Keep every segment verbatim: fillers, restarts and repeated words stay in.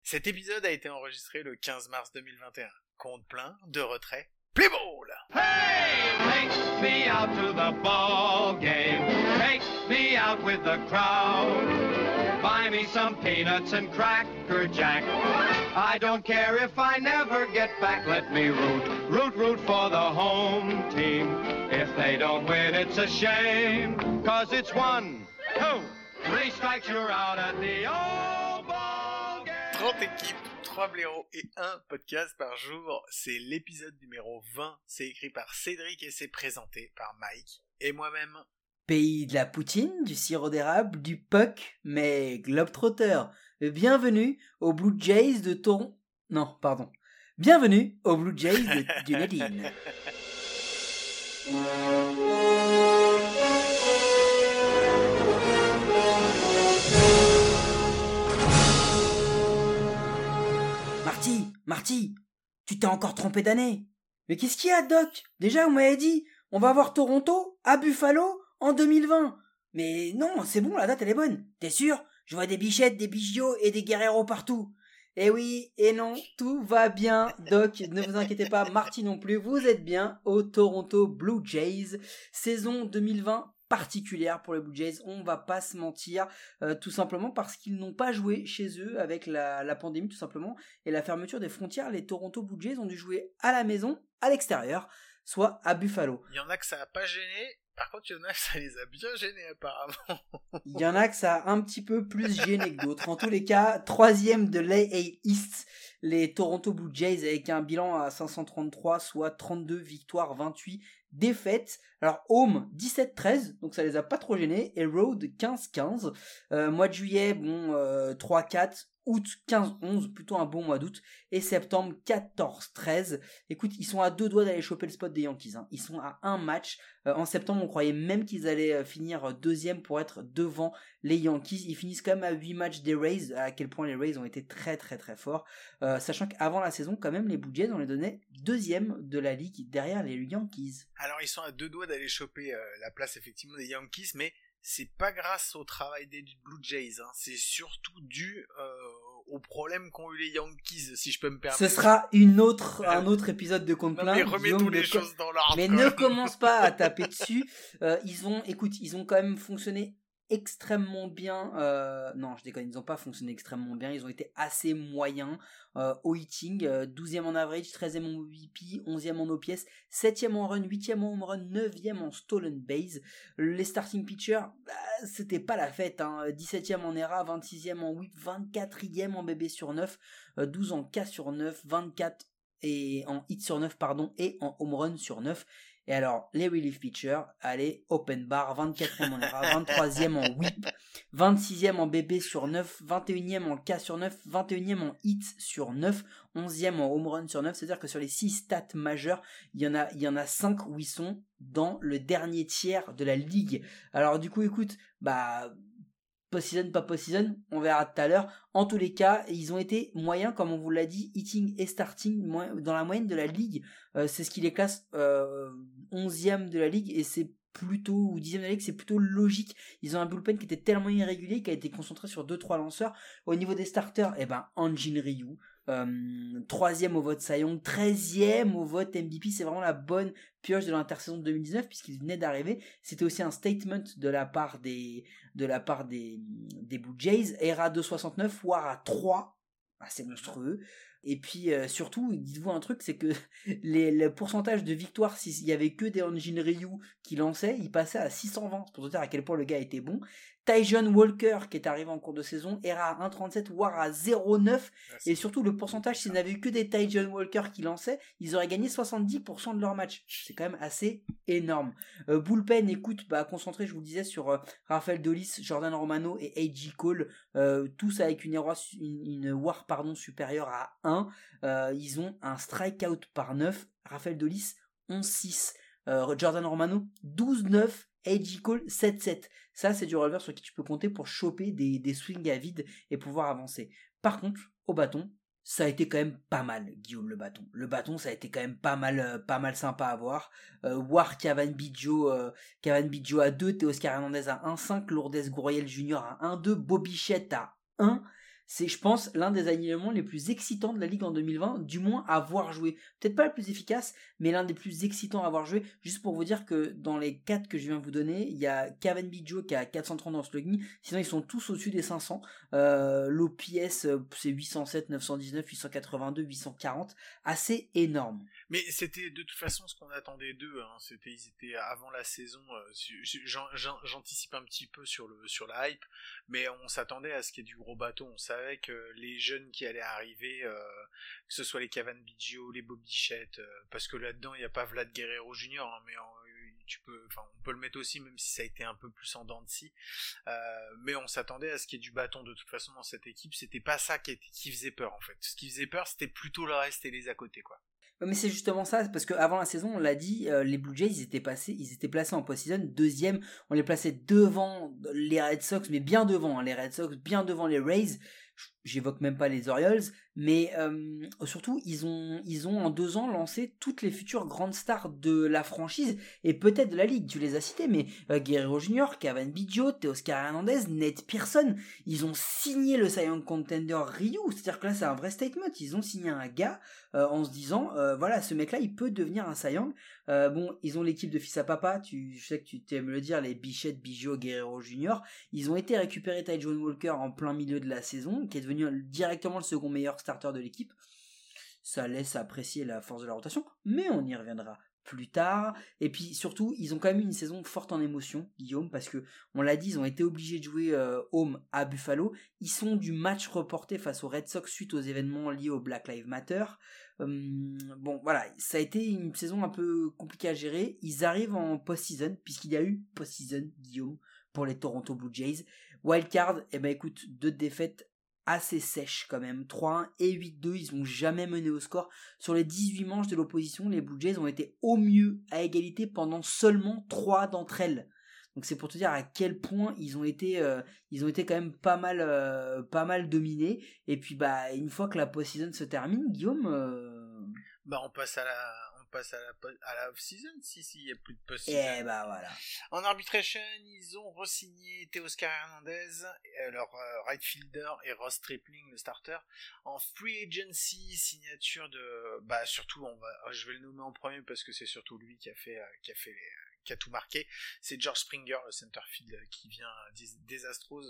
Cet épisode a été enregistré le quinze mars deux mille vingt et un. Compte plein, de retrait, play ball! Hey, take me out to the ball game. Take me out with the crowd. Buy me some peanuts and cracker jack. I don't care if I never get back. Let me root, root, root for the home team. If they don't win, it's a shame. Cause it's one, two, three strikes, you're out at the old ball game. trente équipes, trois blaireaux et un podcast par jour. C'est l'épisode numéro vingt. C'est écrit par Cédric et c'est présenté par Mike et moi-même. Pays de la poutine, du sirop d'érable, du puck, mais globetrotter. Bienvenue aux Blue Jays de Toronto. Non, pardon. Bienvenue aux Blue Jays de Dunedin. Marty, Marty, tu t'es encore trompé d'année. Mais qu'est-ce qu'il y a, Doc? Déjà, vous m'avez dit, on va voir Toronto à Buffalo en deux mille vingt. Mais non, c'est bon, la date elle est bonne. T'es sûr? Je vois des bichettes, des bijoux et des guerreros partout. Eh oui, et non, tout va bien, Doc, ne vous inquiétez pas, Marty non plus, vous êtes bien au Toronto Blue Jays, saison deux mille vingt particulière pour les Blue Jays, on va pas se mentir, euh, tout simplement parce qu'ils n'ont pas joué chez eux avec la, la pandémie tout simplement, et la fermeture des frontières, les Toronto Blue Jays ont dû jouer à la maison, à l'extérieur, soit à Buffalo. Il y en a que ça a pas gêné, par contre il y en a que ça les a bien gênés apparemment. Il y en a que ça a un petit peu plus gêné que d'autres. En tous les cas, troisième de l'A A East, les Toronto Blue Jays avec un bilan à cinq cent trente-trois, soit trente-deux victoires, vingt-huit défaites. Alors home dix-sept treize, donc ça les a pas trop gênés, et road quinze quinze. Euh, mois de juillet, bon, euh, trois quatre. Août quinze onze, plutôt un bon mois d'août, et septembre quatorze treize. Écoute, ils sont à deux doigts d'aller choper le spot des Yankees, hein. Ils sont à un match. Euh, en septembre, on croyait même qu'ils allaient euh, finir deuxième pour être devant les Yankees. Ils finissent quand même à huit matchs des Rays, à quel point les Rays ont été très très très forts. Euh, sachant qu'avant la saison, quand même, les Blue Jays, on les donnait deuxième de la ligue derrière les Yankees. Alors ils sont à deux doigts d'aller choper euh, la place effectivement des Yankees, mais c'est pas grâce au travail des Blue Jays, hein. C'est surtout dû euh, aux problèmes qu'ont eu les Yankees, si je peux me permettre. Ce sera une autre, un autre épisode de Compte Plein. Mais remets tous les choses dans l'ordre. Mais ne commence pas à taper dessus. Euh, ils ont, écoute, ils ont quand même fonctionné extrêmement bien. Euh, non, je déconne, ils n'ont pas fonctionné extrêmement bien. Ils ont été assez moyens euh, au hitting. Euh, douzième en average, treizième en O B P, onzième en O P S, septième en run, huitième en home run, neuvième en stolen base. Les starting pitchers, bah, c'était pas la fête. Hein. dix-septième en E R A, vingt-sixième en whip, vingt-quatrième en B B sur neuf, euh, douze en K sur neuf, vingt-quatre et en hit sur neuf, pardon, et en home run sur neuf. Et alors, les relief pitchers, allez, open bar, vingt-quatrième en E R A, vingt-troisième en whip, vingt-sixième en B B sur neuf, vingt et unième en K sur neuf, vingt et unième en hit sur neuf, onzième en home run sur neuf. C'est-à-dire que sur les six stats majeures, il y en a, il y en a cinq où ils sont dans le dernier tiers de la ligue. Alors du coup, écoute, bah... post-season, pas post-season, on verra tout à l'heure. En tous les cas, ils ont été moyens, comme on vous l'a dit, hitting et starting dans la moyenne de la ligue. Euh, c'est ce qui les classe euh, onzième de la ligue, et c'est plutôt, ou dixième de la ligue, c'est plutôt logique. Ils ont un bullpen qui était tellement irrégulier, qui a été concentré sur deux trois lanceurs. Au niveau des starters, eh ben, Anjin Ryu, euh, troisième au vote Cy Young, treizième au vote M V P. C'est vraiment la bonne pioche de l'intersaison de deux mille dix-neuf, puisqu'il venait d'arriver. C'était aussi un statement de la part des, de la part des, des Blue Jays. E R A deux soixante-neuf, W A R à trois, ah, c'est monstrueux. Et puis euh, surtout, dites-vous un truc, c'est que les, le pourcentage de victoires, s'il y avait que des Anjin Ryu qui lançaient, il passait à six cent vingt, pour te dire à quel point le gars était bon. Tyjon Walker qui est arrivé en cours de saison, E R A à un virgule trente-sept, W A R à zéro virgule neuf, et surtout le pourcentage, s'il n'avait eu que des Tyjon Walker qui lançaient, ils auraient gagné soixante-dix pour cent de leur match. C'est quand même assez énorme. Euh, bullpen, écoute, bah concentré, je vous le disais, sur euh, Rafael Dolis, Jordan Romano et A J Cole, euh, tous avec une, une, une W A R pardon, supérieure à un. Euh, ils ont un strikeout par neuf. Rafael Dolis, onze six. Euh, Jordan Romano, douze neuf. A J Cole, sept sept. Ça, c'est du releveur sur qui tu peux compter pour choper des, des swings à vide et pouvoir avancer. Par contre, au bâton, ça a été quand même pas mal, Guillaume, le bâton. Le bâton, ça a été quand même pas mal, euh, pas mal sympa à voir. Euh, War, Cavan Biggio, euh, Cavan Biggio à deux, Teoscar Hernandez à un virgule cinq, Lourdes Gurriel Junior à un virgule deux, Bobby Bichette à un. c'est, je pense, l'un des alignements les plus excitants de la Ligue en deux mille vingt, du moins à voir jouer. Peut-être pas le plus efficace, mais l'un des plus excitants à voir jouer. Juste pour vous dire que dans les quatre que je viens de vous donner, il y a Kevin Biggio qui a quatre cent trente dans slugging, sinon ils sont tous au-dessus des cinq cents. Euh, L'O P S, c'est huit cent sept, neuf cent dix-neuf, huit cent quatre-vingt-deux, huit cent quarante. Assez énorme. Mais c'était de toute façon ce qu'on attendait d'eux. Hein. C'était, ils étaient avant la saison. Euh, j'en, j'en, j'anticipe un petit peu sur le sur la hype, mais on s'attendait à ce qu'il y ait du gros bateau. On savait que les jeunes qui allaient arriver, euh, que ce soit les Kevin Biggio, les Bobby Bichette, euh, parce que là-dedans il n'y a pas Vlad Guerrero junior, hein, mais en, tu peux, enfin, on peut le mettre aussi, même si ça a été un peu plus en dents de scie. Euh, mais on s'attendait à ce qu'il y ait du bâton de toute façon dans cette équipe. C'était pas ça qui, était, qui faisait peur en fait. Ce qui faisait peur, c'était plutôt le reste et les à côté, quoi. Mais c'est justement ça, parce qu'avant la saison, on l'a dit, euh, les Blue Jays, ils étaient, passés, ils étaient placés en post-season deuxième. On les plaçait devant les Red Sox, mais bien devant, hein, les Red Sox, bien devant les Rays. J'évoque même pas les Orioles, mais euh, surtout, ils ont, ils ont en deux ans lancé toutes les futures grandes stars de la franchise, et peut-être de la ligue, tu les as cités, mais euh, Guerrero junior, Kevin Biggio, Teoscar Hernandez, Nate Pearson, ils ont signé le Cy Young Contender Ryu, c'est-à-dire que là, c'est un vrai statement, ils ont signé un gars euh, en se disant, euh, voilà, ce mec-là, il peut devenir un Cy Young. Euh, bon, ils ont l'équipe de fils à papa, tu, je sais que tu aimes le dire, les Bichette, Biggio, Guerrero junior, ils ont été récupérer Ty John Walker en plein milieu de la saison, qui est devenu directement le second meilleur starter de l'équipe. Ça laisse apprécier la force de la rotation, mais on y reviendra plus tard. Et puis surtout, ils ont quand même eu une saison forte en émotion, Guillaume, parce que on l'a dit, ils ont été obligés de jouer euh, home à Buffalo. Ils sont du match reporté face aux Red Sox suite aux événements liés au Black Lives Matter. Hum, bon, voilà, ça a été une saison un peu compliquée à gérer. Ils arrivent en post-season, puisqu'il y a eu post-season, Guillaume, pour les Toronto Blue Jays. Wildcard, eh ben écoute, deux défaites assez sèches quand même, trois un et huit deux, ils n'ont jamais mené au score. Sur les dix-huit manches de l'opposition, les Blue Jays ont été au mieux à égalité pendant seulement trois d'entre elles. Donc c'est pour te dire à quel point ils ont été, euh, ils ont été quand même pas mal, euh, pas mal dominés. Et puis bah une fois que la post-season se termine, Guillaume, euh... bah on passe à la, on passe à la, à la off-season, si si, il y a plus de post-season. Et bah voilà. En arbitration, ils ont re-signé Teoscar Hernandez, leur euh, right fielder, et Ross Stripling, le starter. En free agency, signature de, bah surtout, on va, je vais le nommer en premier parce que c'est surtout lui qui a fait, euh, qui a fait les, qui a tout marqué. C'est George Springer, le centerfield, qui vient des, des Astros,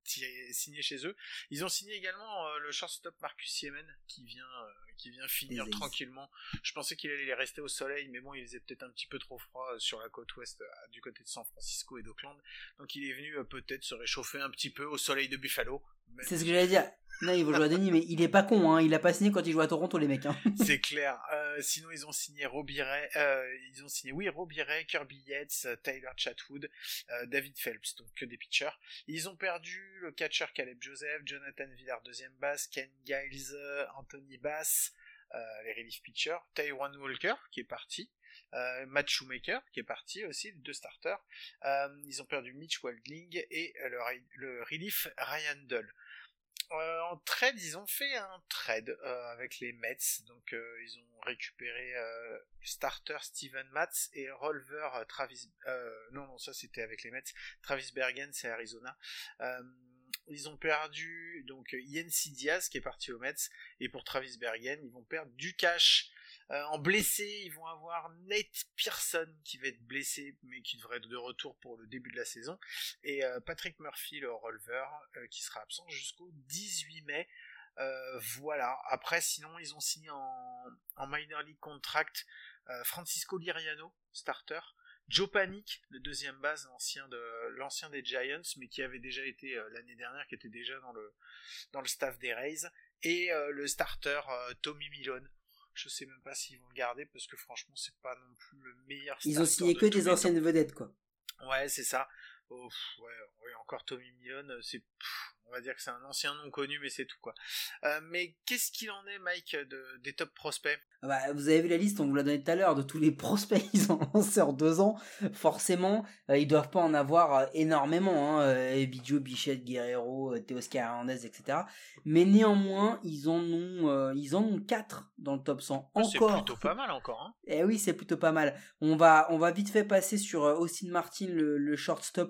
signé chez eux. Ils ont signé également euh, le shortstop Marcus Semien qui vient euh, qui vient finir Désolé. tranquillement. Je pensais qu'il allait rester au soleil, mais bon, il faisait peut-être un petit peu trop froid euh, sur la côte ouest, euh, du côté de San Francisco et d'Oakland. Donc il est venu euh, peut-être se réchauffer un petit peu au soleil de Buffalo. C'est ce que j'allais dire. Non, il va jouer à Denis, mais il est pas con, hein. Il a pas signé quand il jouait à Toronto, les mecs, hein. C'est clair. Euh, sinon, ils ont signé Robbie Ray, euh, ils ont signé, oui, Robbie Ray, Kirby Yates, Tyler Chatwood, euh, David Phelps, donc que des pitchers. Ils ont perdu le catcher Caleb Joseph, Jonathan Villar, deuxième base, Ken Giles, Anthony Bass, euh, les relief pitchers, Taiwan Walker, qui est parti. Euh, Matt Shoemaker qui est parti aussi, les deux starters. Euh, ils ont perdu Mitch Waldling et le, le relief Ryan Dull. Euh, en trade, ils ont fait un trade euh, avec les Mets, donc euh, ils ont récupéré euh, starter Steven Matz et reliever euh, Travis. Euh, non, non, ça c'était avec les Mets. Travis Bergen, c'est Arizona. Euh, ils ont perdu donc Yancy Diaz qui est parti aux Mets, et pour Travis Bergen, ils vont perdre du cash. Euh, en blessé, ils vont avoir Nate Pearson qui va être blessé mais qui devrait être de retour pour le début de la saison, et euh, Patrick Murphy, le releveur, euh, qui sera absent jusqu'au dix-huit mai. Euh, voilà. Après, sinon, ils ont signé en, en minor league contract euh, Francisco Liriano, starter, Joe Panic, le deuxième base, l'ancien de l'ancien des Giants, mais qui avait déjà été euh, l'année dernière, qui était déjà dans le dans le staff des Rays, et euh, le starter euh, Tommy Milone. Je sais même pas s'ils vont le garder parce que franchement c'est pas non plus le meilleur starter. Ils ont signé que des anciennes temps. vedettes quoi. Ouais, c'est ça. Oh, pff, ouais, ouais, encore Tommy Milone, c'est pff, on va dire que c'est un ancien nom connu, mais c'est tout quoi. Euh, mais qu'est-ce qu'il en est, Mike, de, des top prospects? Bah, vous avez vu la liste, on vous l'a donné tout à l'heure, de tous les prospects qu'ils ont lancés en deux ans. Forcément, euh, ils doivent pas en avoir euh, énormément, hein, euh, Biggio, Bichette, Guerrero, euh, Teoscar Hernandez, et cetera. Mais néanmoins, ils en ont, euh, ils en ont quatre dans le top cent. Oh, encore. C'est plutôt pas mal encore. Hein. Eh oui, c'est plutôt pas mal. On va, on va vite fait passer sur euh, Austin Martin, le, le shortstop.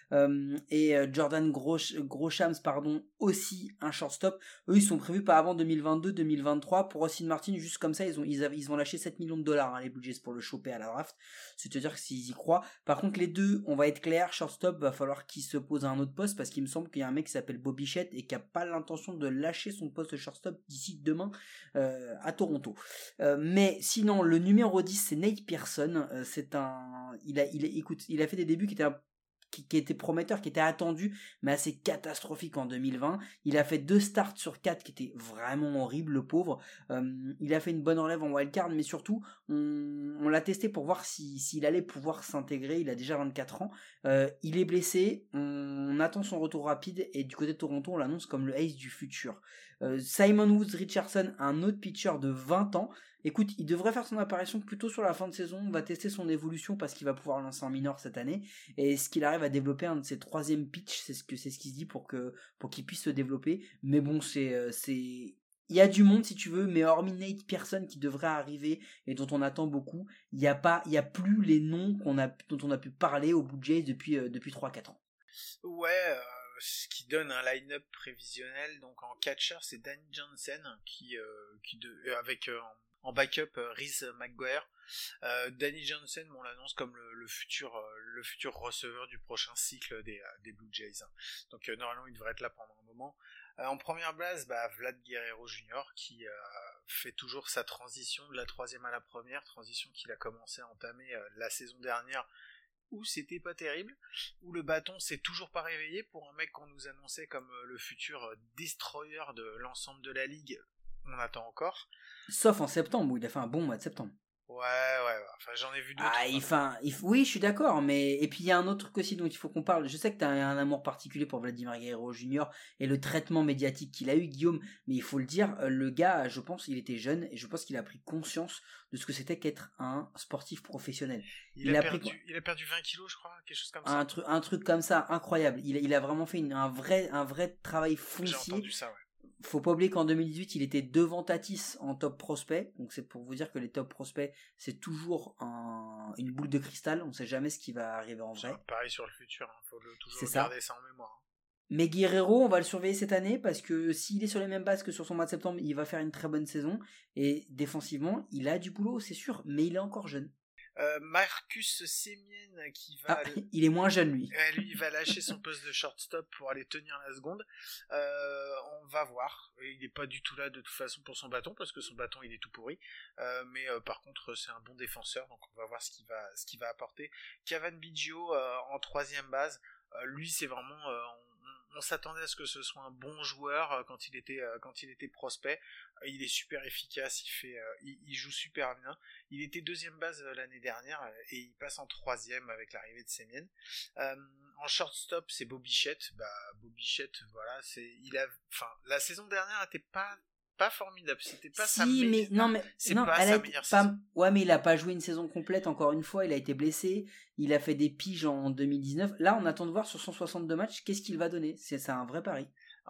euh, et euh, Jordan Grosh, Groshams pardon, aussi un shortstop. Eux, ils sont prévus pas avant deux mille vingt-deux deux mille vingt-trois. Pour Austin Martin, juste comme ça, ils ont, ils avaient, ils ont lâché sept millions de dollars, hein, les Blue Jays, pour le choper à la draft. C'est-à-dire que s'ils y croient. Par contre, les deux, on va être clair, shortstop, va falloir qu'ils se posent à un autre poste, parce qu'il me semble qu'il y a un mec qui s'appelle Bobby Bichette et qui a pas l'intention de lâcher son poste de shortstop d'ici demain euh, à Toronto. Euh, mais sinon, le numéro dix, c'est Nate Pearson. Euh, c'est un, il a, il a, écoute, il a fait des débuts qui étaient un Qui, qui était prometteur, qui était attendu, mais assez catastrophique en deux mille vingt. Il a fait deux starts sur quatre qui étaient vraiment horribles, le pauvre. Euh, il a fait une bonne relève en wildcard, mais surtout, on, on l'a testé pour voir si, s'il allait pouvoir s'intégrer. Il a déjà vingt-quatre ans. Euh, il est blessé. On, on attend son retour rapide, et du côté de Toronto, on l'annonce comme le ace du futur. Euh, Simon Woods Richardson, un autre pitcher de vingt ans. Écoute, il devrait faire son apparition plutôt sur la fin de saison. On va tester son évolution parce qu'il va pouvoir lancer en minor cette année. Et est-ce qu'il arrive à développer un de ses troisième pitch, c'est ce que c'est ce qui se dit pour que pour qu'il puisse se développer. Mais bon, c'est c'est il y a du monde si tu veux, mais hormis Nate Pearson qui devrait arriver et dont on attend beaucoup, il y a pas il y a plus les noms qu'on a dont on a pu parler au Blue Jays depuis euh, depuis trois quatre ans. Ouais. Euh... Ce qui donne un line-up prévisionnel. Donc en catcher, c'est Danny Johnson qui, euh, qui de, euh, avec euh, en backup euh, Reese McGuire. Euh, Danny Johnson, on l'annonce comme le, le futur euh, le futur receveur du prochain cycle des, euh, des Blue Jays. Donc euh, normalement il devrait être là pendant un moment. Euh, en première base, bah, Vlad Guerrero junior qui euh, fait toujours sa transition de la troisième à la première, transition qu'il a commencé à entamer euh, la saison dernière, où c'était pas terrible, où le bâton s'est toujours pas réveillé pour un mec qu'on nous annonçait comme le futur destroyer de l'ensemble de la ligue. On attend encore. Sauf en septembre, où il a fait un bon mois de septembre. Ouais, ouais, ouais. Enfin, j'en ai vu d'autres. Ah, enfin, il, oui, je suis d'accord, mais et puis il y a un autre truc aussi dont il faut qu'on parle. Je sais que tu as un amour particulier pour Vladimir Guerrero junior et le traitement médiatique qu'il a eu, Guillaume, mais il faut le dire, le gars, je pense, il était jeune et je pense qu'il a pris conscience de ce que c'était qu'être un sportif professionnel. Il, il, a, a perdu, pris... il a perdu vingt kilos, je crois, quelque chose comme ça. Un, tru- un truc comme ça, incroyable. Il, il a vraiment fait une, un, vrai, un vrai travail foncier. J'ai entendu ça, ouais. Faut pas oublier qu'en deux mille dix-huit, il était devant Tatis en top prospect. Donc c'est pour vous dire que les top prospects, c'est toujours un, une boule de cristal. On sait jamais ce qui va arriver en vrai. Pareil sur le futur, hein. Faut le, toujours c'est garder ça. ça en mémoire. Hein. Mais Guerrero, on va le surveiller cette année parce que s'il est sur les mêmes bases que sur son mois de septembre, il va faire une très bonne saison. Et défensivement, il a du boulot, c'est sûr, mais il est encore jeune. Euh, Marcus Semien qui va... Ah, il est moins jeune lui. Euh, lui il va lâcher son poste de shortstop pour aller tenir la seconde. Euh, on va voir. Il n'est pas du tout là de toute façon pour son bâton parce que son bâton il est tout pourri. Euh, mais euh, par contre c'est un bon défenseur donc on va voir ce qu'il va, ce qu'il va apporter. Cavan Biggio euh, en troisième base. Euh, lui c'est vraiment... Euh, on, on s'attendait à ce que ce soit un bon joueur euh, quand il était euh, quand il était prospect. Euh, il est super efficace, il fait, euh, il, il joue super bien. Il était deuxième base euh, l'année dernière euh, et il passe en troisième avec l'arrivée de Semien. Euh, en shortstop, c'est Bobby Bichette. Bah Bobby Bichette, voilà, c'est, il a, enfin, la saison dernière était pas pas formidable, c'était pas si, sa meilleure. mais non, mais c'est non, pas elle sa a meilleure pas, saison. ouais, mais il a pas joué une saison complète. Encore une fois, il a été blessé. Il a fait des piges en deux mille dix-neuf. Là, on attend de voir sur cent soixante-deux matchs qu'est-ce qu'il va donner. C'est, c'est un vrai pari.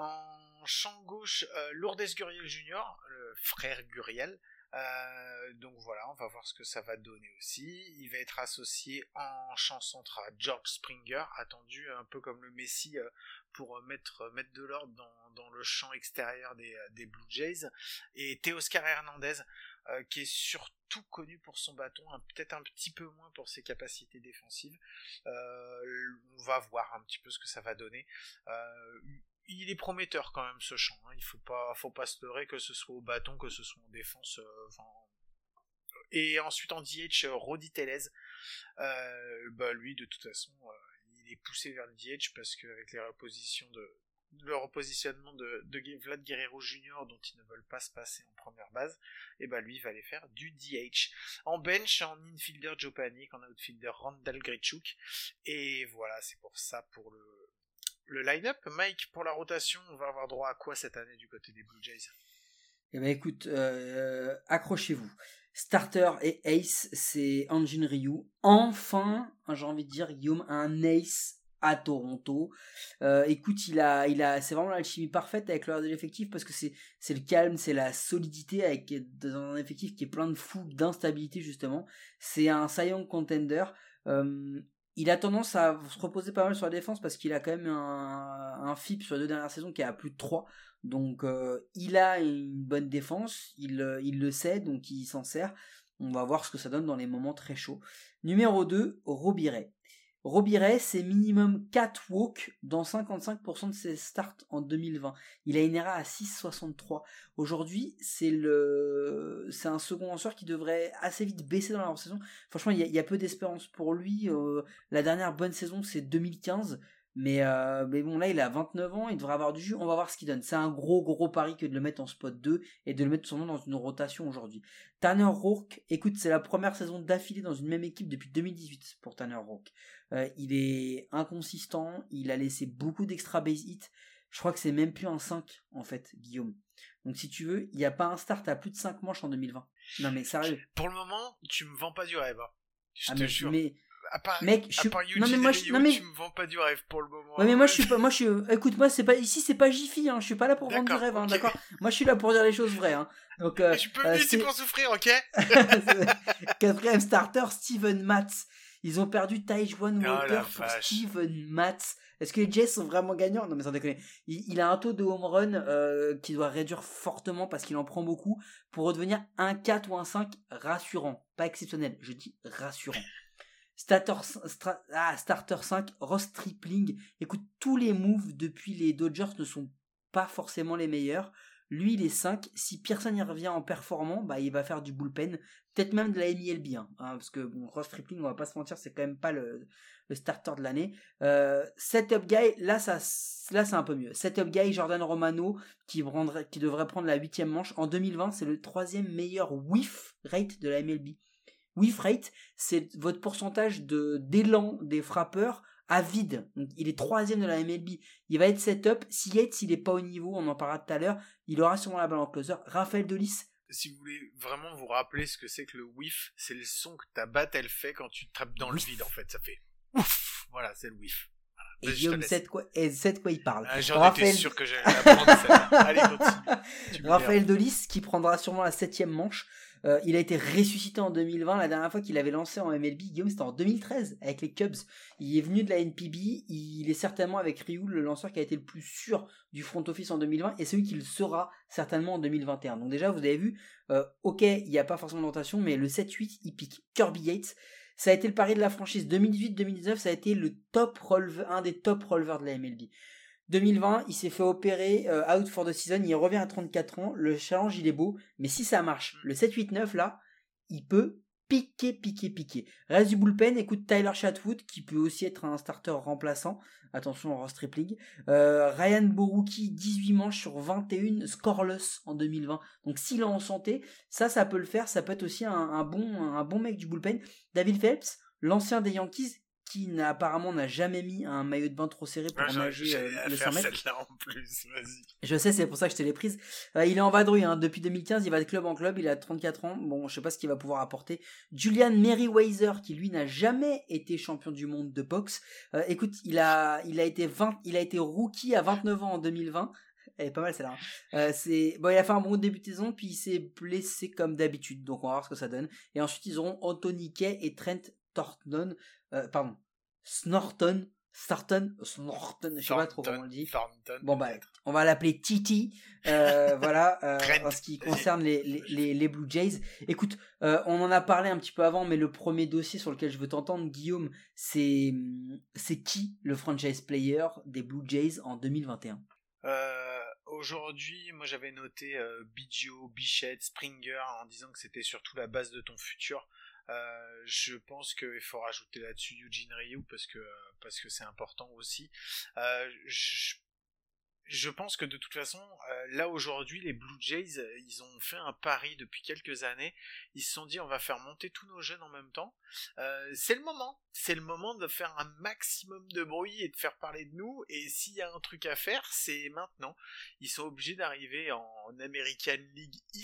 En champ gauche, euh, Lourdes Gurriel junior, le frère Gurriel. Euh, donc voilà, on va voir ce que ça va donner aussi. Il va être associé en champ central à George Springer, attendu un peu comme le Messi euh, pour mettre, mettre de l'ordre dans, dans le champ extérieur des, des Blue Jays. Et Teoscar Hernandez, euh, qui est surtout connu pour son bâton, hein, peut-être un petit peu moins pour ses capacités défensives. Euh, on va voir un petit peu ce que ça va donner. Euh, Il est prometteur quand même ce champ. Hein. Il faut pas, faut pas se leurrer que ce soit au bâton, que ce soit en défense. Euh, enfin... Et ensuite en D H, Rodi Tellez. Euh, bah lui de toute façon, euh, il est poussé vers le D H parce qu'avec les repositions de, le repositionnement de, de Vlad Guerrero junior dont ils ne veulent pas se passer en première base, et bah lui il va aller faire du D H. En bench, en infielder Joe Panik, en outfielder Randall Grichuk. Et voilà, c'est pour ça pour le Le line-up. Mike, pour la rotation, on va avoir droit à quoi cette année du côté des Blue Jays? Eh ben écoute, euh, accrochez-vous. Starter et ace, c'est Anjin Ryu. Enfin, j'ai envie de dire, Guillaume, un ace à Toronto. Euh, écoute, il a, il a, c'est vraiment l'alchimie parfaite avec le reste de l'effectif parce que c'est, c'est le calme, c'est la solidité avec dans un effectif qui est plein de fougue, d'instabilité justement. C'est un Cy Young contender. Euh, il a tendance à se reposer pas mal sur la défense parce qu'il a quand même un, un F I P sur les deux dernières saisons qui est à plus de trois. Donc euh, il a une bonne défense, il, il le sait, donc il s'en sert. On va voir ce que ça donne dans les moments très chauds. Numéro deux, Robbie Ray. Robbie Ray, c'est minimum quatre walks dans cinquante-cinq pour cent de ses starts en deux mille vingt. Il a une E R A à six virgule soixante-trois. Aujourd'hui, c'est le, c'est un second lanceur qui devrait assez vite baisser dans la saison. Franchement, il y, a, il y a peu d'espérance pour lui. Euh, la dernière bonne saison, c'est deux mille quinze. Mais, euh, mais bon, là, il a vingt-neuf ans, il devrait avoir du jus, on va voir ce qu'il donne. C'est un gros, gros pari que de le mettre en spot deux et de le mettre sûrement dans une rotation aujourd'hui. Tanner Roark, écoute, c'est la première saison d'affilée dans une même équipe depuis deux mille dix-huit pour Tanner Roark. Euh, il est inconsistant, il a laissé beaucoup d'extra base hits. Je crois que c'est même plus un cinq, en fait, Guillaume. Donc si tu veux, il n'y a pas un start à plus de cinq manches en deux mille vingt. Non mais sérieux. Pour le moment, tu me vends pas du rêve. Hein. Je ah, te mais, jure. Mais... À part, mec, je à suis part non mais moi je... non mais tu me vends pas du rêve pour le moment. Ouais mais moi je suis pas moi je suis écoute moi c'est pas ici c'est pas Jiffy hein, je suis pas là pour vendre du rêve hein, okay. D'accord. Moi je suis là pour dire les choses vraies hein. Donc euh, je peux venir ici pour souffrir, OK. Quatrième starter Steven Matz. Ils ont perdu Tajuan Walker oh, pour Steven Matz. Est-ce que les Jays sont vraiment gagnants? Non mais sans déconner. Il, il a un taux de home run euh, qui doit réduire fortement parce qu'il en prend beaucoup pour redevenir un quatre ou un cinq rassurant, pas exceptionnel, je dis rassurant. Starter, stra, ah, starter cinq, Ross Stripling. Écoute, tous les moves depuis les Dodgers ne sont pas forcément les meilleurs. Lui, il est cinq. Si personne y revient en performant, bah, il va faire du bullpen. Peut-être même de la M I L B. Hein, hein, parce que bon, Ross Stripling, on va pas se mentir, c'est quand même pas le, le starter de l'année. Euh, setup guy, là, ça, là, c'est un peu mieux. Setup guy, Jordan Romano, qui, prendrait, qui devrait prendre la huitième manche. En deux mille vingt, c'est le troisième meilleur whiff rate de la M L B. Whiff rate, c'est votre pourcentage de d'élan des frappeurs à vide. Donc, il est troisième de la M L B. Il va être setup. Si Yates, il est pas au niveau, on en parlera tout à l'heure, il aura sûrement la balle en closer. Raphaël Delis. Si vous voulez vraiment vous rappeler ce que c'est que le whiff, c'est le son que ta batte elle fait quand tu tapes dans whiff. Le vide en fait. Ça fait ouf. Voilà, c'est le whiff. Voilà. Et Guillaume sait de quoi, quoi il parle. Ah, j'en Raphaël... étais sûr que j'allais l'apprendre celle-là. Allez, continue. Raphaël Delis qui prendra sûrement la septième manche. Euh, il a été ressuscité en deux mille vingt. La dernière fois qu'il avait lancé en M L B, Guillaume, c'était en deux mille treize avec les Cubs. Il est venu de la N P B. Il est certainement avec Ryu le lanceur qui a été le plus sûr du front office en deux mille vingt et celui qui le sera certainement en deux mille vingt et un. Donc déjà, vous avez vu, euh, ok, il n'y a pas forcément d'orientation, mais le sept huit, il pique. Kirby Yates, ça a été le pari de la franchise deux mille dix-huit deux mille dix-neuf. Ça a été le top releve, un des top releveurs de la M L B. deux mille vingt, il s'est fait opérer euh, out for the season, il revient à trente-quatre ans, le challenge il est beau, mais si ça marche, le sept huit neuf là, il peut piquer, piquer, piquer. Reste du bullpen, écoute Tyler Chatwood, qui peut aussi être un starter remplaçant, attention Ross Stripling, euh, Ryan Borucki, dix-huit manches sur vingt et un, scoreless en deux mille vingt, donc s'il est en santé, ça, ça peut le faire, ça peut être aussi un, un, bon, un bon mec du bullpen. David Phelps, l'ancien des Yankees, qui n'a, apparemment n'a jamais mis un maillot de bain trop serré pour ah, nager euh, le cent mètres. Celle-là en plus, vas-y. Je sais, c'est pour ça que je te l'ai prise. Euh, il est en vadrouille, hein. Depuis deux mille quinze, il va de club en club, il a trente-quatre ans. Bon, je sais pas ce qu'il va pouvoir apporter. Julian Merriweather, qui lui n'a jamais été champion du monde de boxe. Euh, écoute, il a, il a été vingt, il a été rookie à vingt-neuf ans en deux mille vingt. Elle est pas mal celle-là. Hein. Euh, c'est... Bon, il a fait un bon début de saison, puis il s'est blessé comme d'habitude. Donc on va voir ce que ça donne. Et ensuite, ils auront Anthony Kay et Trent Thornton. Euh, pardon. Snorton, Starton, Snorton, je sais pas trop comment on le dit. Thornton, bon bah, on va l'appeler Titi, euh, voilà, euh, en ce qui concerne les, les, les, les Blue Jays. Écoute, euh, on en a parlé un petit peu avant, mais le premier dossier sur lequel je veux t'entendre, Guillaume, c'est, c'est qui le franchise player des Blue Jays en deux mille vingt et un? Euh, aujourd'hui, moi j'avais noté euh, Biggio, Bichette, Springer en disant que c'était surtout la base de ton futur. Euh, je pense qu'il faut rajouter là-dessus Eugene Ryu parce que parce que c'est important aussi. Euh, je, je pense que de toute façon, euh, là aujourd'hui, les Blue Jays, ils ont fait un pari depuis quelques années. Ils se sont dit, on va faire monter tous nos jeunes en même temps. Euh, c'est le moment, c'est le moment de faire un maximum de bruit et de faire parler de nous. Et s'il y a un truc à faire, c'est maintenant. Ils sont obligés d'arriver en American League East.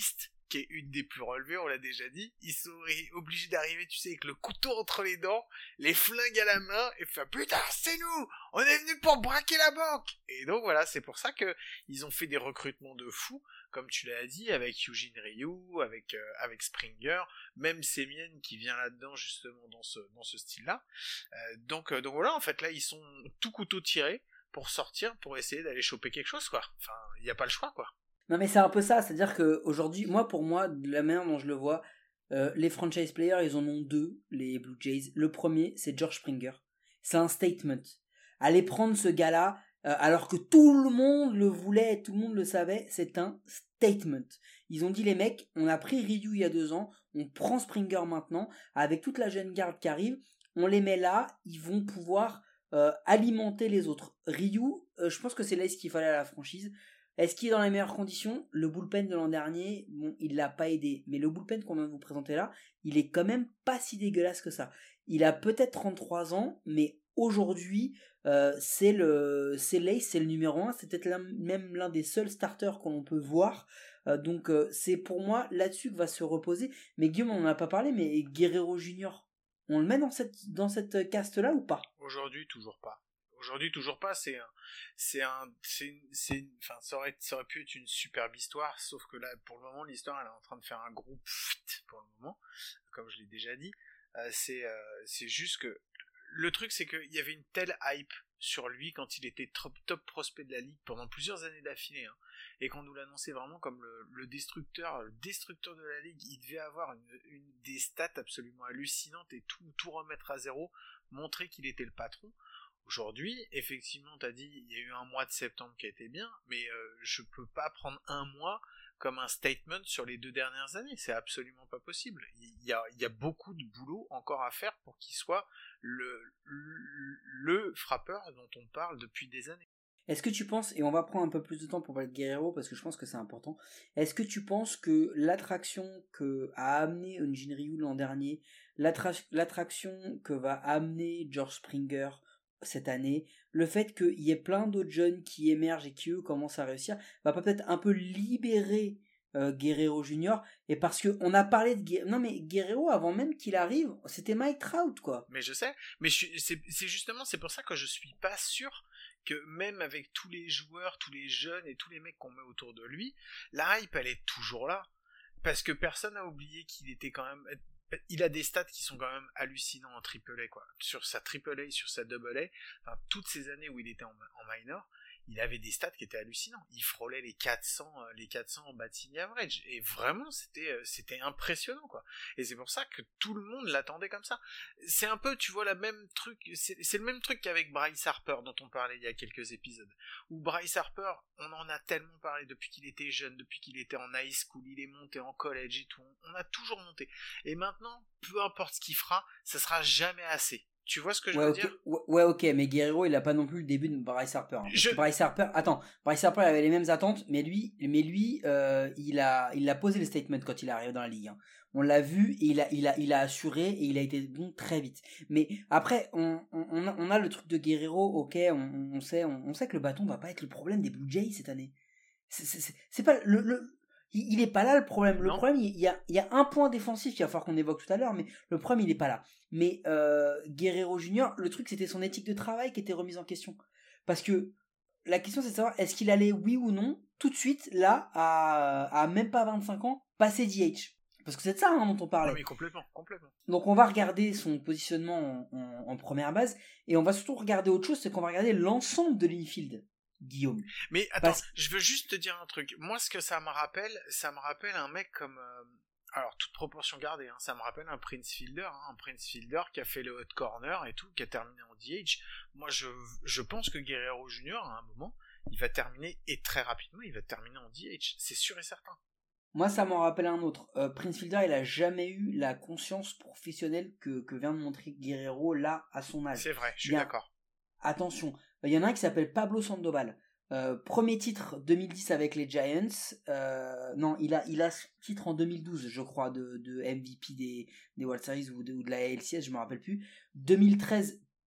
qui est une des plus relevées, on l'a déjà dit, ils sont obligés d'arriver, tu sais, avec le couteau entre les dents, les flingues à la main, et faire putain, c'est nous, on est venus pour braquer la banque. Et donc voilà, c'est pour ça que ils ont fait des recrutements de fous, comme tu l'as dit, avec Eugene Ryu, avec euh, avec Springer, même Semien qui vient là-dedans justement dans ce dans ce style-là. Euh, donc euh, donc voilà, en fait là ils sont tout couteau tiré pour sortir, pour essayer d'aller choper quelque chose, quoi. Enfin, il n'y a pas le choix, quoi. Non mais c'est un peu ça, c'est-à-dire qu'aujourd'hui, moi pour moi, de la manière dont je le vois, euh, les franchise players, ils en ont deux, les Blue Jays. Le premier, c'est George Springer. C'est un statement. Aller prendre ce gars-là, euh, alors que tout le monde le voulait, tout le monde le savait, c'est un statement. Ils ont dit les mecs, on a pris Ryu il y a deux ans, on prend Springer maintenant, avec toute la jeune garde qui arrive, on les met là, ils vont pouvoir euh, alimenter les autres. Ryu, euh, je pense que c'est là ce qu'il fallait à la franchise. Est-ce qu'il est dans les meilleures conditions ? Le bullpen de l'an dernier, bon, il l'a pas aidé. Mais le bullpen qu'on vient de vous présenter là, il est quand même pas si dégueulasse que ça. Il a peut-être trente-trois ans, mais aujourd'hui, euh, c'est le, c'est l'ace, c'est le numéro un. C'est peut-être l'un, même l'un des seuls starters qu'on peut voir. Euh, donc, euh, c'est pour moi là-dessus que va se reposer. Mais Guillaume, on n'en a pas parlé, mais Guerrero Junior, on le met dans cette, dans cette caste-là ou pas ? Aujourd'hui, toujours pas. Aujourd'hui, toujours pas, c'est un, c'est un, c'est une, c'est une, enfin, ça aurait, ça aurait pu être une superbe histoire, sauf que là, pour le moment, l'histoire, elle est en train de faire un gros pfft pour le moment, comme je l'ai déjà dit. Euh, c'est, euh, c'est juste que, le truc, c'est qu'il y avait une telle hype sur lui quand il était top, top prospect de la ligue pendant plusieurs années d'affilée, hein, et qu'on nous l'annonçait vraiment comme le, le destructeur, le destructeur de la ligue. Il devait avoir une, une des stats absolument hallucinantes et tout, tout remettre à zéro, montrer qu'il était le patron. Aujourd'hui, effectivement, t'as dit, il y a eu un mois de septembre qui a été bien, mais euh, je peux pas prendre un mois comme un statement sur les deux dernières années. C'est absolument pas possible. Il y a, il y a beaucoup de boulot encore à faire pour qu'il soit le, le, le frappeur dont on parle depuis des années. Est-ce que tu penses, et on va prendre un peu plus de temps pour parler de Guerrero parce que je pense que c'est important, est-ce que tu penses que l'attraction que a amené Eugene Ryu l'an dernier, l'attra- l'attraction que va amener George Springer cette année, le fait qu'il y ait plein d'autres jeunes qui émergent et qui eux commencent à réussir, va pas peut-être un peu libérer euh, Guerrero Junior, et parce que on a parlé de Guerrero, non mais Guerrero avant même qu'il arrive, c'était Mike Trout quoi. Mais je sais, mais je, c'est, c'est justement, c'est pour ça que je suis pas sûr que même avec tous les joueurs, tous les jeunes et tous les mecs qu'on met autour de lui, la hype elle est toujours là, parce que personne n'a oublié qu'il était quand même, il a des stats qui sont quand même hallucinants en triple A, quoi. Sur sa triple A, sur sa double A, enfin, toutes ces années où il était en, en minor, il avait des stats qui étaient hallucinants. Il frôlait les quatre cents, les quatre cents en batting average. Et vraiment, c'était, c'était impressionnant, quoi. Et c'est pour ça que tout le monde l'attendait comme ça. C'est un peu, tu vois, la même truc, c'est, c'est le même truc qu'avec Bryce Harper, dont on parlait il y a quelques épisodes. Où Bryce Harper, on en a tellement parlé depuis qu'il était jeune, depuis qu'il était en high school, il est monté en college et tout. On a toujours monté. Et maintenant, peu importe ce qu'il fera, ça sera jamais assez. Tu vois ce que je ouais, veux okay. dire ? Ouais, ok, mais Guerrero, il a pas non plus le début de Bryce Harper. Hein, je... Bryce Harper, attends, Bryce Harper avait les mêmes attentes, mais lui, mais lui, euh, il a, il a posé le statement quand il est arrivé dans la ligue. Hein. On l'a vu et il a, il a, il a assuré et il a été bon très vite. Mais après, on, on, a, on a le truc de Guerrero, ok, on, on sait, on, on sait que le bâton va pas être le problème des Blue Jays cette année. C'est, c'est, c'est, c'est pas le, le il n'est pas là le problème. Le non. problème, il y, a, il y a un point défensif qu'il va falloir qu'on évoque tout à l'heure, mais le problème, il n'est pas là. Mais euh, Guerrero Junior, le truc, c'était son éthique de travail qui était remise en question. Parce que la question, c'est de savoir, est-ce qu'il allait, oui ou non, tout de suite, là, à, à même pas vingt-cinq ans, passer D H ? Parce que c'est de ça hein, dont on parlait. Oui, complètement, complètement. Donc on va regarder son positionnement en, en, en première base, et on va surtout regarder autre chose, c'est qu'on va regarder l'ensemble de l'infield. Guillaume. Mais attends, Parce... je veux juste te dire un truc. Moi, ce que ça me rappelle, ça me rappelle un mec comme... Euh, alors, toute proportion gardée, hein, ça me rappelle un Prince Fielder, hein, un Prince Fielder qui a fait le hot corner et tout, qui a terminé en D H. Moi, je, je pense que Guerrero Junior, à un moment, il va terminer, et très rapidement, il va terminer en D H. C'est sûr et certain. Moi, ça m'en rappelle un autre. Euh, Prince Fielder, il a jamais eu la conscience professionnelle que, que vient de montrer Guerrero, là, à son âge. C'est vrai, je suis Bien, d'accord. Attention, il y en a un qui s'appelle Pablo Sandoval. Euh, premier titre deux mille dix avec les Giants. Euh, non, il a, il a ce titre en deux mille douze, je crois, de, de M V P des, des World Series ou de, ou de la A L C S, je me rappelle plus. deux mille treize,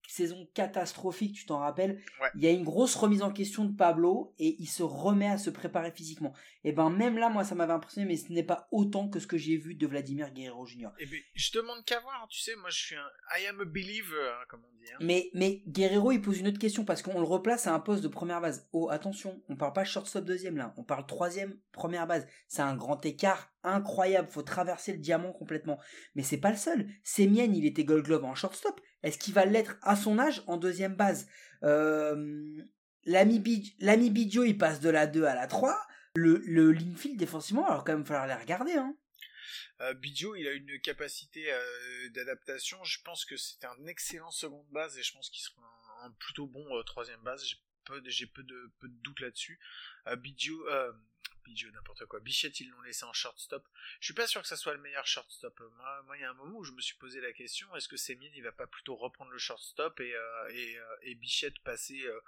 saison catastrophique, tu t'en rappelles. Ouais. Il y a une grosse remise en question de Pablo et il se remet à se préparer physiquement. Et ben même là, moi, ça m'avait impressionné, mais ce n'est pas autant que ce que j'ai vu de Vladimir Guerrero junior Et ben, je demande qu'à voir, tu sais, moi je suis un I am a believer, hein, comme on dit. Hein. Mais, mais Guerrero, il pose une autre question parce qu'on le replace à un poste de première base. Oh, attention, on parle pas shortstop deuxième là, on parle troisième, première base. C'est un grand écart incroyable, faut traverser le diamant complètement. Mais c'est pas le seul. Semien, il était Gold Glove en shortstop. Est-ce qu'il va l'être à son âge en deuxième base? euh, L'ami Bid- l'ami Biggio, il passe de la deux à la trois. Le, le l'infield défensivement, alors quand même, il va falloir les regarder. Hein. Euh, Biggio, il a une capacité euh, d'adaptation. Je pense que c'est un excellent seconde base et je pense qu'il sera un, un plutôt bon euh, troisième base. J'ai peu, j'ai peu de, peu de doute là-dessus. Euh, Biggio, euh, Biggio, n'importe quoi. Bichette, ils l'ont laissé en shortstop. Je suis pas sûr que ça soit le meilleur shortstop. Moi, moi, il y a un moment où je me suis posé la question, est-ce que Semien, il va pas plutôt reprendre le shortstop et euh, et, euh, et Bichette passer euh,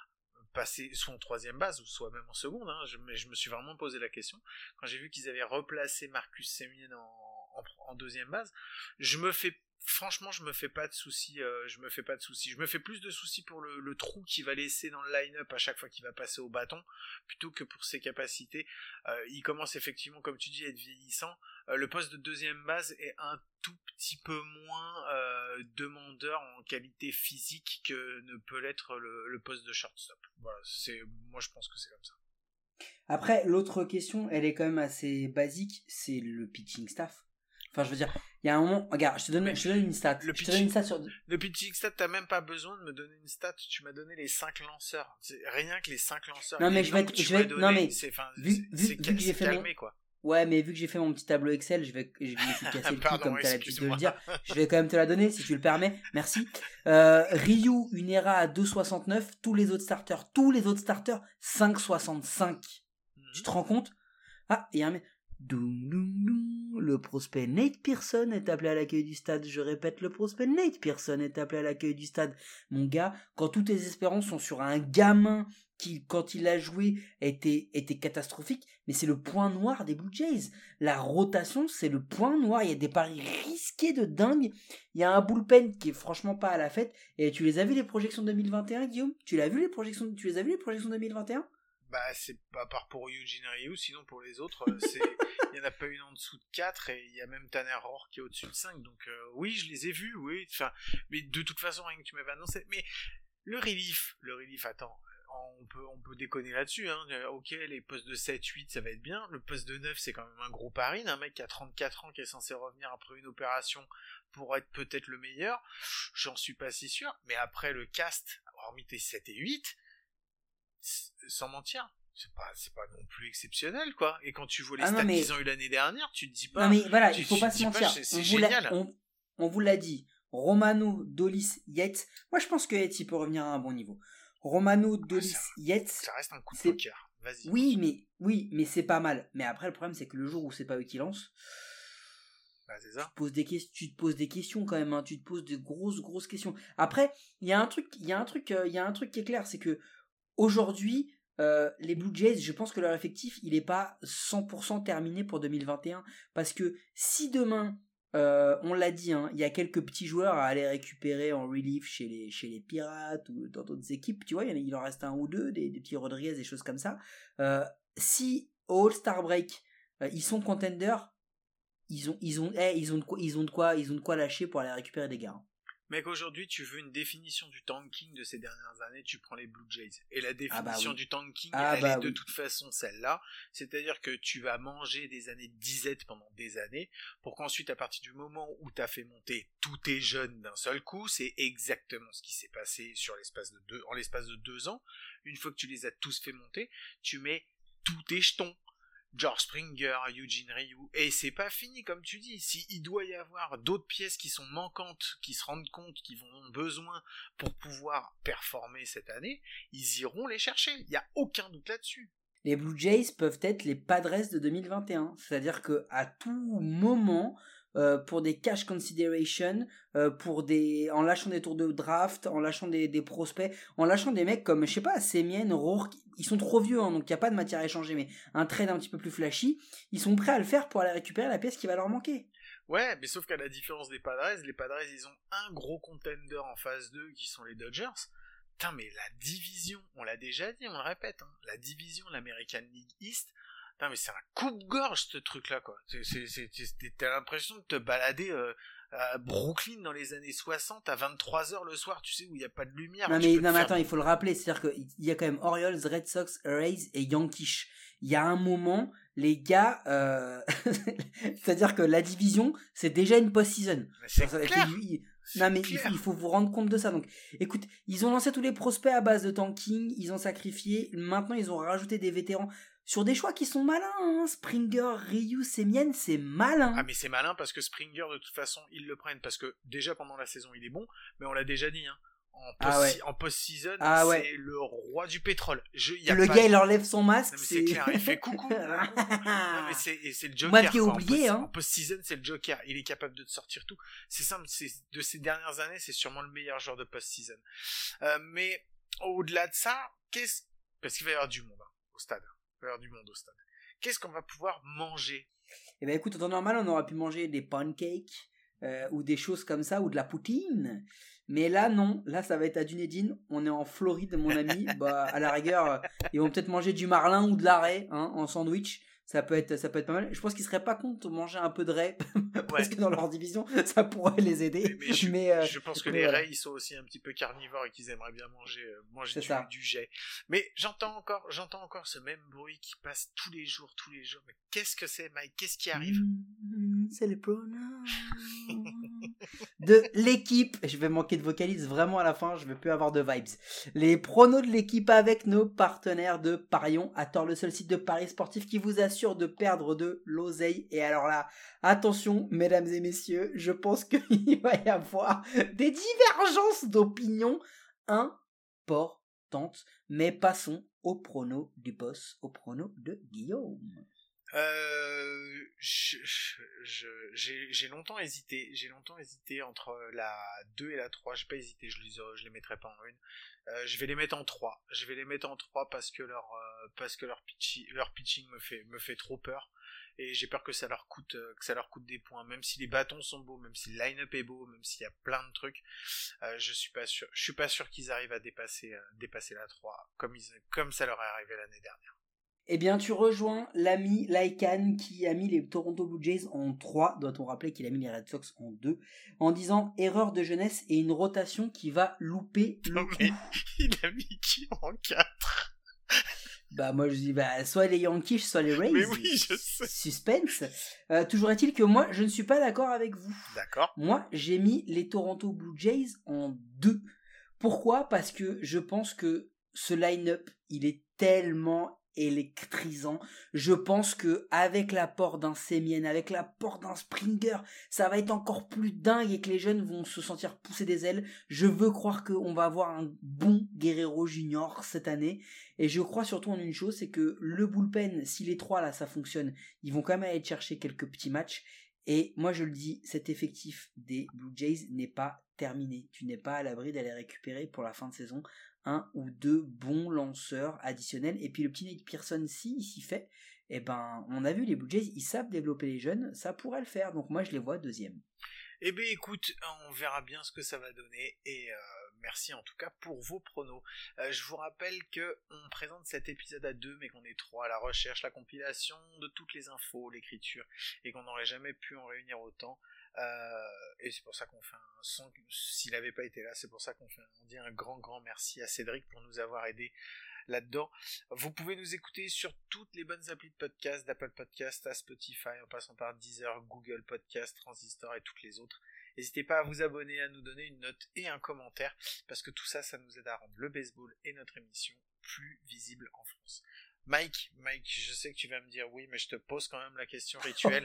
passer soit en troisième base ou soit même en seconde, hein. je, mais je me suis vraiment posé la question quand j'ai vu qu'ils avaient replacé Marcus Semien en, en, en deuxième base. Je me fais franchement je me fais pas de soucis euh, je me fais pas de soucis je me fais plus de soucis pour le, le trou qu'il va laisser dans le line-up à chaque fois qu'il va passer au bâton plutôt que pour ses capacités. Euh, il commence effectivement, comme tu dis, à être vieillissant. Euh, le poste de deuxième base est un tout petit peu moins euh, demandeur en qualité physique que ne peut l'être le, le poste de shortstop. Voilà, c'est, moi je pense que c'est comme ça. Après, l'autre question, elle est quand même assez basique, c'est le pitching staff. Enfin, je veux dire, il y a un moment, regarde, je te donne, je te donne une stat. Le je te donne une stat sur... Le pitching stat, t'as même pas besoin de me donner une stat, tu m'as donné les cinq lanceurs. C'est rien que les cinq lanceurs. Non, mais je vais être, je vais être, non, mais, c'est, enfin, vu, c'est, vu, c'est, vu c'est que j'ai fait calmé, mon... quoi. Ouais, mais vu que j'ai fait mon petit tableau Excel, je vais, je vais me suis cassé le cul comme t'as l'habitude de le dire. Je vais quand même te la donner, si tu le permets. Merci. Euh, Ryu, une E R A à deux virgule soixante-neuf. Tous les autres starters, tous les autres starters, cinq virgule soixante-cinq. Mm-hmm. Tu te rends compte? Ah, il y a un mec. Doum, doum, doum. Le prospect Nate Pearson est appelé à l'accueil du stade. Je répète, le prospect Nate Pearson est appelé à l'accueil du stade. Mon gars, quand toutes tes espérances sont sur un gamin qui, quand il a joué, était, était catastrophique, mais c'est le point noir des Blue Jays. La rotation, c'est le point noir. Il y a des paris risqués de dingue. Il y a un bullpen qui est franchement pas à la fête. Et tu les as vu les projections deux mille vingt et un, Guillaume? Tu l'as vu les projections, tu les as vu les projections deux mille vingt et un? Bah, c'est pas part pour Eugene Ryu, sinon pour les autres, c'est, il y en a pas une en dessous de quatre, et il y a même Tanner Rohr qui est au-dessus de cinq, donc, euh, oui, je les ai vus, oui, enfin, mais de toute façon, rien que tu m'avais annoncé, mais, le relief, le relief, attends, on peut, on peut déconner là-dessus, hein, ok, les postes de sept huit, ça va être bien, le poste de neuf, c'est quand même un gros pari, un mec qui a trente-quatre ans, qui est censé revenir après une opération pour être peut-être le meilleur, j'en suis pas si sûr, mais après le cast, hormis tes sept et huit, sans mentir, c'est pas, c'est pas non plus exceptionnel, quoi. Et quand tu vois les ah stats mais... qu'ils ont eu l'année dernière, tu te dis pas... Non mais voilà, tu, il faut pas se mentir. Pas, c'est, c'est on, génial. vous on, on vous l'a dit. Romano, Dolis, Yates. Moi, je pense que Yates, il peut revenir à un bon niveau. Romano, Dolis, ça, Yates... Ça reste un coup de poker. Vas-y. Oui, mais, oui, mais c'est pas mal. Mais après, le problème, c'est que le jour où c'est pas eux qui lancent... Bah, c'est ça. Tu, te poses des que- tu te poses des questions quand même. Hein. Tu te poses de grosses, grosses questions. Après, il y a un truc, il y a un truc, il euh, y a un truc qui est clair, c'est que aujourd'hui... Euh, les Blue Jays, je pense que leur effectif, il n'est pas cent pour cent terminé pour deux mille vingt et un, parce que si demain, euh, on l'a dit, hein, il y a quelques petits joueurs à aller récupérer en relief chez les, chez les Pirates ou dans d'autres équipes, tu vois, il, y en a, il en reste un ou deux, des, des petits Rodriguez, des choses comme ça. Euh, si au All-Star Break, euh, ils sont contenders, ils ont, ils ont, hey, ils ont de quoi, ils ont de quoi, ils ont de quoi lâcher pour aller récupérer des gars. Hein. Mec, aujourd'hui, tu veux une définition du tanking de ces dernières années, tu prends les Blue Jays. Et la définition ah bah oui. du tanking, ah elle bah est de oui. toute façon celle-là. C'est-à-dire que tu vas manger des années de disette pendant des années, pour qu'ensuite, à partir du moment où tu as fait monter tous tes jeunes d'un seul coup, c'est exactement ce qui s'est passé sur l'espace de deux, en l'espace de deux ans. Une fois que tu les as tous fait monter, tu mets tous tes jetons. George Springer, Eugene Ryu, et c'est pas fini comme tu dis, s'il doit y avoir d'autres pièces qui sont manquantes, qui se rendent compte qu'ils vont avoir besoin pour pouvoir performer cette année, ils iront les chercher, il n'y a aucun doute là-dessus. Les Blue Jays peuvent être les Padres de deux mille vingt et un, c'est-à-dire qu'à tout moment, euh, pour des cash considerations, euh, pour des, en lâchant des tours de draft, en lâchant des, des prospects, en lâchant des mecs comme, je sais pas, Semien, Rourke, ils sont trop vieux, hein, donc il n'y a pas de matière à échanger, mais un trade un petit peu plus flashy, ils sont prêts à le faire pour aller récupérer la pièce qui va leur manquer. Ouais, mais sauf qu'à la différence des Padres, les Padres, ils ont un gros contender en phase deux qui sont les Dodgers. Putain, mais la division, on l'a déjà dit, on le répète, hein, la division, l'American League East, putain, mais c'est un coupe-gorge, ce truc-là, quoi. C'est, c'est, c'est, c'est, t'as l'impression de te balader euh, à Brooklyn dans les années soixante à vingt-trois heures le soir, tu sais, où il n'y a pas de lumière. Non, mais, non, mais attends, il faut le rappeler, c'est-à-dire qu'il y a quand même Orioles, Red Sox, Rays et Yankees. Il y a un moment, les gars, euh... c'est-à-dire que la division, c'est déjà une post-season. Mais c'est Enfin, clair. il... Non, mais il faut, il faut vous rendre compte de ça. Donc, écoute, ils ont lancé tous les prospects à base de tanking, ils ont sacrifié, maintenant ils ont rajouté des vétérans sur des choix qui sont malins, hein. Springer, Ryu, Semien, c'est malin. Ah, mais c'est malin parce que Springer, de toute façon, ils le prennent parce que déjà pendant la saison, il est bon, mais on l'a déjà dit, hein. En, post- ah ouais. en post-season, ah c'est ouais. le roi du pétrole. Je, y a le pas gars, de... il enlève son masque. Non, mais c'est... c'est clair, il fait coucou. Non, mais c'est, et c'est le Joker. Moi, qui ai quoi. oublié, en, post- hein. en post-season, c'est le Joker. Il est capable de te sortir tout. C'est simple, c'est, de ces dernières années, c'est sûrement le meilleur joueur de post-season. Euh, mais au-delà de ça, qu'est-ce... Parce qu'il va y avoir du monde hein, au stade. Il va y avoir du monde au stade. Qu'est-ce qu'on va pouvoir manger? Eh ben écoute, en temps normal, on aurait pu manger des pancakes euh, ou des choses comme ça, ou de la poutine. Mais là, non. Là, ça va être à Dunedin. On est en Floride, mon ami. Bah, à la rigueur, euh, ils vont peut-être manger du marlin ou de la raie hein, en sandwich. Ça peut être, ça peut être pas mal. Je pense qu'ils seraient pas contre de manger un peu de raie parce Ouais. que dans leur division, ça pourrait les aider. Mais, mais je, mais, euh, je pense que mais les voilà. rays, ils sont aussi un petit peu carnivores et qu'ils aimeraient bien manger, euh, manger C'est du, ça. du jet. Mais j'entends encore, j'entends encore ce même bruit qui passe tous les jours, tous les jours. Mais qu'est-ce que c'est, Mike? Qu'est-ce qui arrive? Mmh, c'est les pronoms de l'équipe. Je vais manquer de vocalise vraiment à la fin. Je vais plus avoir de vibes. Les pronos de l'équipe avec nos partenaires de Parion à tort, le seul site de paris sportif qui vous assure de perdre de l'oseille. Et alors là, attention, mesdames et messieurs, je pense qu'il va y avoir des divergences d'opinion importantes. Mais passons au prono du boss, au prono de Guillaume. Euh, je, je, je, j'ai, j'ai longtemps hésité, j'ai longtemps hésité entre la deux et la trois, j'ai pas hésité, je les, je les mettrai pas en une, euh, je vais les mettre en trois, je vais les mettre en trois parce que leur, euh, parce que leur pitching, leur pitching me fait, me fait trop peur, et j'ai peur que ça leur coûte, euh, que ça leur coûte des points, même si les bâtons sont beaux, même si le line-up est beau, même s'il y a plein de trucs, euh, je suis pas sûr, je suis pas sûr qu'ils arrivent à dépasser, euh, dépasser la trois, comme ils, comme ça leur est arrivé l'année dernière. Eh bien, tu rejoins l'ami Laikan qui a mis les Toronto Blue Jays en trois. Doit-on rappeler qu'il a mis les Red Sox en deux. En disant erreur de jeunesse et une rotation qui va louper le Non, coup. mais il a mis qui en quatre? Bah, moi, je dis, bah, soit les Yankees, soit les Rays. Mais oui, je sais. Suspense. Euh, toujours est-il que moi, je ne suis pas d'accord avec vous. D'accord. Moi, j'ai mis les Toronto Blue Jays en deux. Pourquoi? Parce que je pense que ce line-up, il est tellement électrisant. Je pense que avec l'apport d'un Semien, avec l'apport d'un Springer, ça va être encore plus dingue et que les jeunes vont se sentir pousser des ailes. Je veux croire qu'on va avoir un bon Guerrero Junior cette année. Et je crois surtout en une chose, c'est que le bullpen, si les trois là ça fonctionne, ils vont quand même aller chercher quelques petits matchs. Et moi je le dis, cet effectif des Blue Jays n'est pas terminé. Tu n'es pas à l'abri d'aller récupérer pour la fin de saison un ou deux bons lanceurs additionnels. Et puis le petit Nate Pearson, si il s'y fait, eh ben, on a vu les Blue Jays, ils savent développer les jeunes, ça pourrait le faire. Donc moi je les vois deuxième. Eh bien écoute, on verra bien ce que ça va donner et euh, merci en tout cas pour vos pronos. Euh, je vous rappelle que on présente cet épisode à deux mais qu'on est trois à la recherche, la compilation de toutes les infos, l'écriture et qu'on n'aurait jamais pu en réunir autant. Euh, et c'est pour ça qu'on fait un son, s'il n'avait pas été là, c'est pour ça qu'on fait, on dit un grand grand merci à Cédric pour nous avoir aidés là-dedans. Vous pouvez nous écouter sur toutes les bonnes applis de podcast, d'Apple Podcast à Spotify, en passant par Deezer, Google Podcast, Transistor et toutes les autres. N'hésitez pas à vous abonner, à nous donner une note et un commentaire, parce que tout ça, ça nous aide à rendre le baseball et notre émission plus visible en France. Mike, Mike, je sais que tu vas me dire oui, mais je te pose quand même la question rituelle.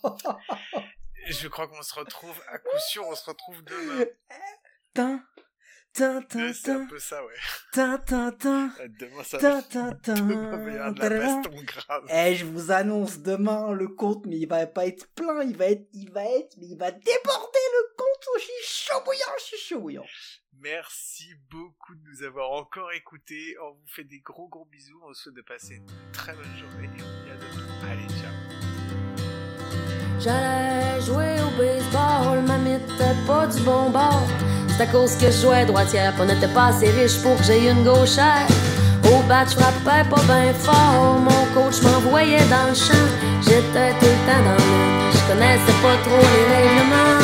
Je crois qu'on se retrouve, à coup sûr, on se retrouve demain. Tin, tin, tin, C'est un tin, peu ça, ouais. tin, tin, tin, Demain, ça tin, va. tin, tin, Demain, il va y avoir de la tadadam. baston grave. Eh, je vous annonce demain le compte, mais il va pas être plein, il va être, il va être, mais il va déborder le compte. Je suis chaud bouillant, je suis chaud bouillant. Merci beaucoup de nous avoir encore écoutés. On vous fait des gros gros bisous. On vous souhaite de passer une très bonne journée et on vous dit à demain. Allez, ciao. J'allais jouer au baseball, ma n'était pas du bon bord. C'est à cause que je jouais droitière, pis on n'était pas assez riche pour que j'aie une gauchère. Au bat, je frappais pas ben fort, mon coach m'envoyait dans le champ. J'étais tout le temps dans le, je connaissais pas trop les règlements.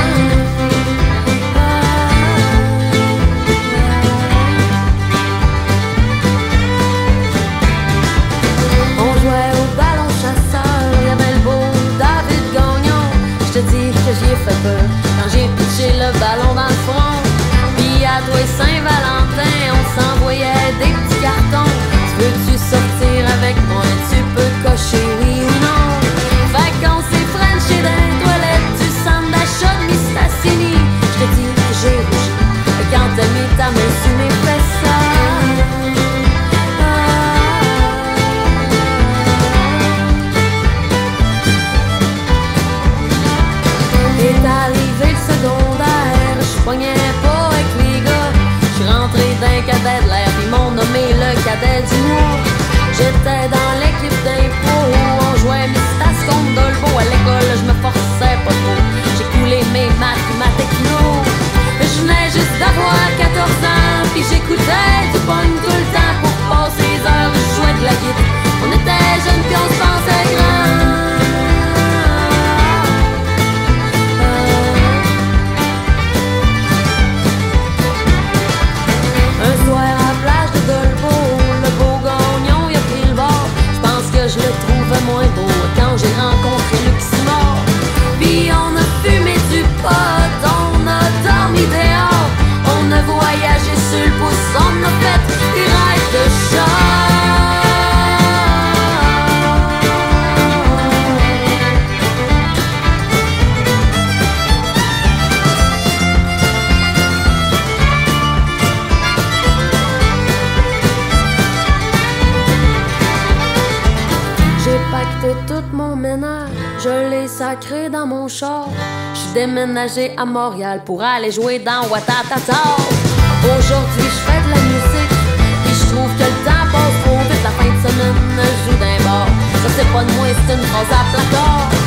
On jouait au ballon chasseur, y'avait le beau David Gagnon. Je te dis que j'y ai fait peur quand j'ai pitché le ballon dans le front. Puis à toi Saint-Valentin, on s'envoyait des petits cartons. Tu veux-tu sortir avec moi? Tu peux cocher oui ou non. Fait qu'on s'est frenché dans les toilettes du centre d'achat de Mistassini. Je te dis que j'ai rougi quand t'as mis ta main sous mes fesses. Est arrivé le secondaire, je pognais pas avec les gars. J'suis rentré d'un cadet de l'air, puis m'ont nommé le cadet du mois. J'étais dans l'équipe d'impro, on jouait Mistas contre Dolbeau. À l'école, je me forçais pas trop, j'ai coulé mes maths et ma techno. Je venais juste d'avoir quatorze ans, puis j'écoutais du punk tout le temps. Pour passer les heures, je jouais de la guitare. On était jeunes puis on se pensait grand. Un soir à la plage de Dolbeau, le beau gagnon il a pris le bord. Je pense que je le trouvais moins beau quand j'ai rencontré Luc Simard. Puis on a fumé du pot, on a dormi dehors, on a voyagé sur le pouce, on a fait des rêves de char. J'ai pacté tout mon ménage, je l'ai sacré dans mon char. J'suis déménagé à Montréal pour aller jouer dans Ouattatata. Aujourd'hui j'fais de la musique, pis j'trouve que le temps passe trop vite. La fin de semaine, je joue d'un bar. Ça c'est pas de moi, c'est une phrase à placard.